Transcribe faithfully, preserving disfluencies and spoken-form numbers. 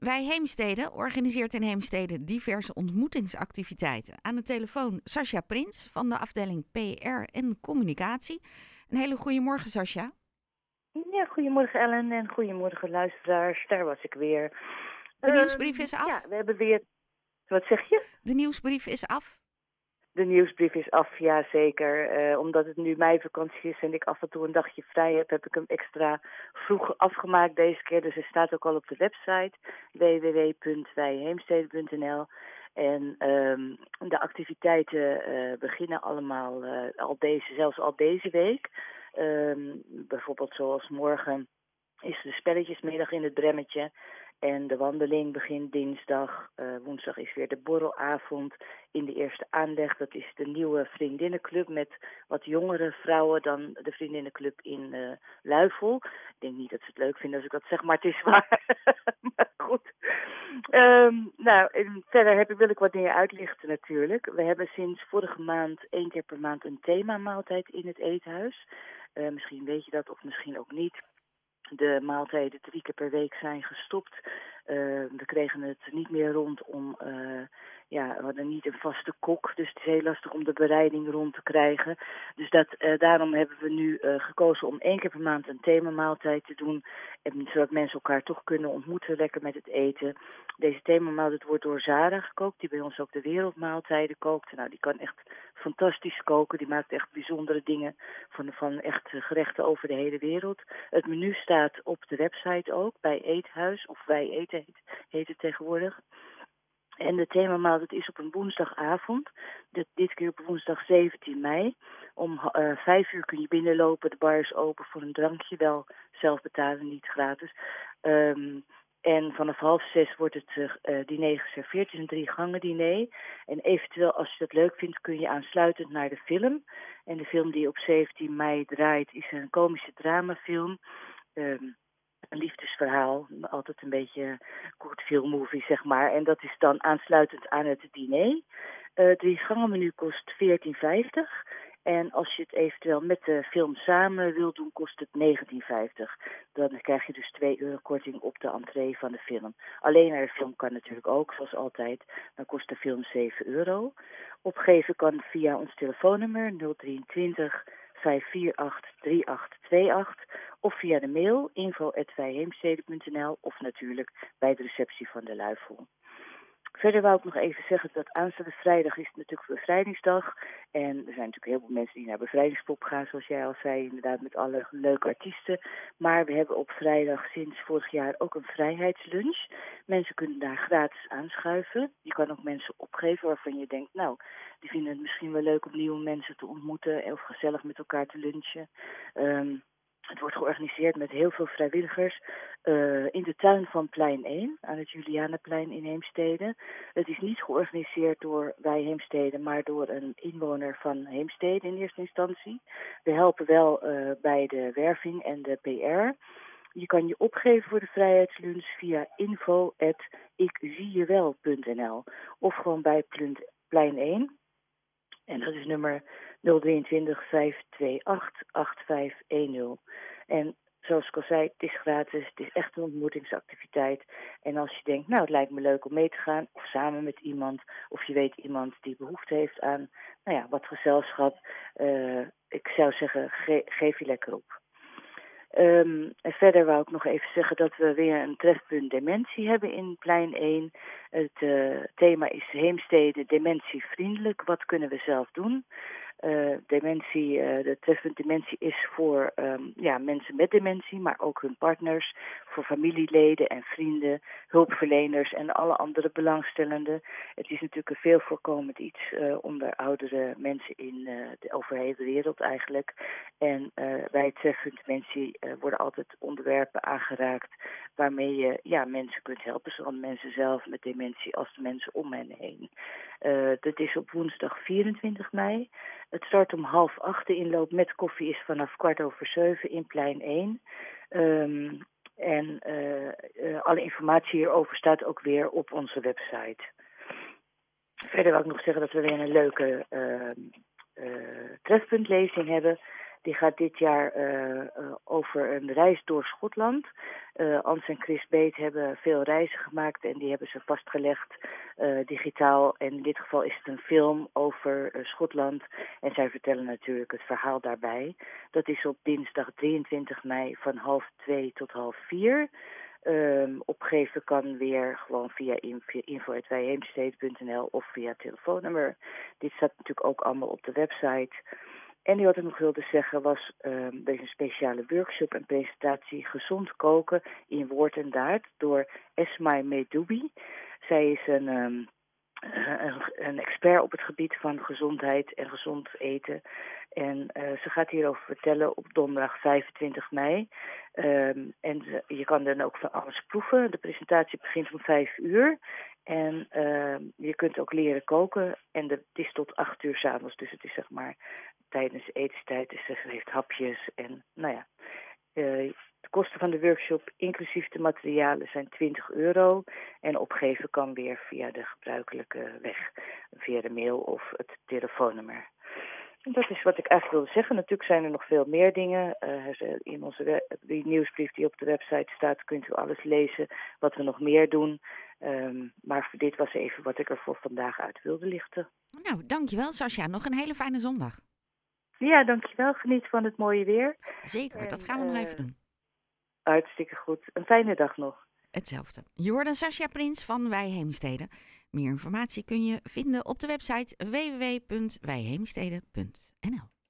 Wij Heemstede organiseert in Heemstede diverse ontmoetingsactiviteiten. Aan de telefoon Sascha Prins van de afdeling P R en Communicatie. Een hele goede morgen, Sascha. Ja, goedemorgen Ellen en goedemorgen luisteraars. Daar was ik weer. De nieuwsbrief is af. Ja, we hebben weer... Wat zeg je? De nieuwsbrief is af. De nieuwsbrief is af, ja zeker. Uh, omdat het nu meivakantie is en ik af en toe een dagje vrij heb, heb ik hem extra vroeg afgemaakt deze keer. Dus hij staat ook al op de website w w w punt wij heemstede punt n l. En um, de activiteiten uh, beginnen allemaal uh, al deze, zelfs al deze week. Um, bijvoorbeeld zoals morgen is de spelletjesmiddag in het Bremmetje. En de wandeling begint dinsdag. Uh, woensdag is weer de borrelavond in de eerste aanleg. Dat is de nieuwe vriendinnenclub met wat jongere vrouwen dan de vriendinnenclub in uh, Luifel. Ik denk niet dat ze het leuk vinden als ik dat zeg, maar het is waar. Maar goed. Um, nou, en verder heb ik, wil ik wat dingen uitlichten natuurlijk. We hebben sinds vorige maand één keer per maand een themamaaltijd in het eethuis. Uh, misschien weet je dat of misschien ook niet. De maaltijden drie keer per week zijn gestopt. Uh, we kregen het niet meer rond om... Uh, ja, we hadden niet een vaste kok, dus het is heel lastig om de bereiding rond te krijgen. Dus dat, uh, daarom hebben we nu uh, gekozen om één keer per maand een themamaaltijd te doen. En, zodat mensen elkaar toch kunnen ontmoeten, lekker met het eten. Deze themamaaltijd wordt door Zara gekookt, die bij ons ook de wereldmaaltijden kookt. Nou, die kan echt fantastisch koken. Die maakt echt bijzondere dingen van, van echt gerechten over de hele wereld. Het menu staat op de website ook, bij Eethuis, of Wij Eten heet, heet het tegenwoordig. En de themamaaltijd is op een woensdagavond, dit, dit keer op woensdag zeventien mei. Om uh, vijf uur kun je binnenlopen, de bar is open voor een drankje, wel zelf betalen, niet gratis. Um, en vanaf half zes wordt het uh, diner geserveerd, het is een drie gangen diner. En eventueel, als je dat leuk vindt, kun je aansluitend naar de film. En de film die op zeventien mei draait is een komische dramafilm. Um, Een liefdesverhaal, altijd een beetje goed filmmovie, zeg maar. En dat is dan aansluitend aan het diner. Het drie gangen menu kost veertien vijftig. En als je het eventueel met de film samen wil doen, kost het negentien vijftig. Dan krijg je dus twee euro korting op de entree van de film. Alleen naar de film kan natuurlijk ook, zoals altijd. Dan kost de film zeven euro. Opgeven kan via ons telefoonnummer nul drieëntwintig vijf vier acht drie acht twee acht of via de mail info at wij heemstede punt n l of natuurlijk bij de receptie van de Luifel. Verder wou ik nog even zeggen dat aanstaande vrijdag is natuurlijk bevrijdingsdag. En er zijn natuurlijk heel veel mensen die naar bevrijdingspop gaan, zoals jij al zei, inderdaad met alle leuke artiesten. Maar we hebben op vrijdag sinds vorig jaar ook een vrijheidslunch. Mensen kunnen daar gratis aanschuiven. Je kan ook mensen opgeven waarvan je denkt, nou, die vinden het misschien wel leuk om nieuwe mensen te ontmoeten of gezellig met elkaar te lunchen. Um, Het wordt georganiseerd met heel veel vrijwilligers uh, in de tuin van Plein één, aan het Julianaplein in Heemstede. Het is niet georganiseerd door Wij Heemstede, maar door een inwoner van Heemstede in eerste instantie. We helpen wel uh, bij de werving en de P R. Je kan je opgeven voor de vrijheidslunch via info at ikziejewel punt n l of gewoon bij Plein één. En dat is nummer nul drieëntwintig vijf twee acht acht vijf een nul. En zoals ik al zei, het is gratis, het is echt een ontmoetingsactiviteit. En als je denkt, nou het lijkt me leuk om mee te gaan, of samen met iemand, of je weet iemand die behoefte heeft aan, nou ja, wat gezelschap. Uh, ik zou zeggen, ge- geef je lekker op. Um, en verder wou ik nog even zeggen dat we weer een trefpunt dementie hebben in Plein één. Het uh, thema is Heemstede dementievriendelijk. Wat kunnen we zelf doen? Uh, dementie, uh, de trefpunt dementie is voor um, ja, mensen met dementie, maar ook hun partners, voor familieleden en vrienden, hulpverleners en alle andere belangstellenden. Het is natuurlijk een veel voorkomend iets uh, onder oudere mensen in uh, de, over de hele wereld eigenlijk. En uh, bij het trefpunt dementie uh, worden altijd onderwerpen aangeraakt waarmee je ja, mensen kunt helpen, zowel mensen zelf met dementie als de mensen om hen heen. Uh, dat is op woensdag vierentwintig mei. Het start om half acht. De inloop met koffie is vanaf kwart over zeven in Plein één. Um, en uh, uh, alle informatie hierover staat ook weer op onze website. Verder wil ik nog zeggen dat we weer een leuke uh, uh, trefpuntlezing hebben. Die gaat dit jaar uh, uh, over een reis door Schotland. Uh, Ans en Chris Beet hebben veel reizen gemaakt en die hebben ze vastgelegd uh, digitaal. En in dit geval is het een film over uh, Schotland. En zij vertellen natuurlijk het verhaal daarbij. Dat is op dinsdag drieëntwintig mei van half twee tot half vier. Um, opgeven kan weer gewoon via info at wijheemstede punt n l of via telefoonnummer. Dit staat natuurlijk ook allemaal op de website. En wat ik nog wilde zeggen was, um, er is een speciale workshop en presentatie gezond koken in woord en daad door Esmae Medoubi. Zij is een, um, een, een expert op het gebied van gezondheid en gezond eten. En uh, ze gaat hierover vertellen op donderdag vijfentwintig mei. Um, en ze, je kan dan ook van alles proeven. De presentatie begint om vijf uur. En uh, je kunt ook leren koken. En de, het is tot acht uur 's avonds. Dus het is zeg maar tijdens etenstijd. Dus ze heeft hapjes. En nou ja, uh, de kosten van de workshop, inclusief de materialen, zijn twintig euro. En opgeven kan weer via de gebruikelijke weg. Via de mail of het telefoonnummer. En dat is wat ik eigenlijk wilde zeggen. Natuurlijk zijn er nog veel meer dingen. Uh, in onze we- die nieuwsbrief die op de website staat, kunt u alles lezen wat we nog meer doen. Um, maar voor dit was even wat ik er voor vandaag uit wilde lichten. Nou, dankjewel Sascha. Nog een hele fijne zondag. Ja, dankjewel. Geniet van het mooie weer. Zeker, en, dat gaan we uh, nog even doen. Hartstikke goed. Een fijne dag nog. Hetzelfde. Je hoorde Sascha Prins van Wij Heemstede. Meer informatie kun je vinden op de website w w w punt wijheemstede punt n l.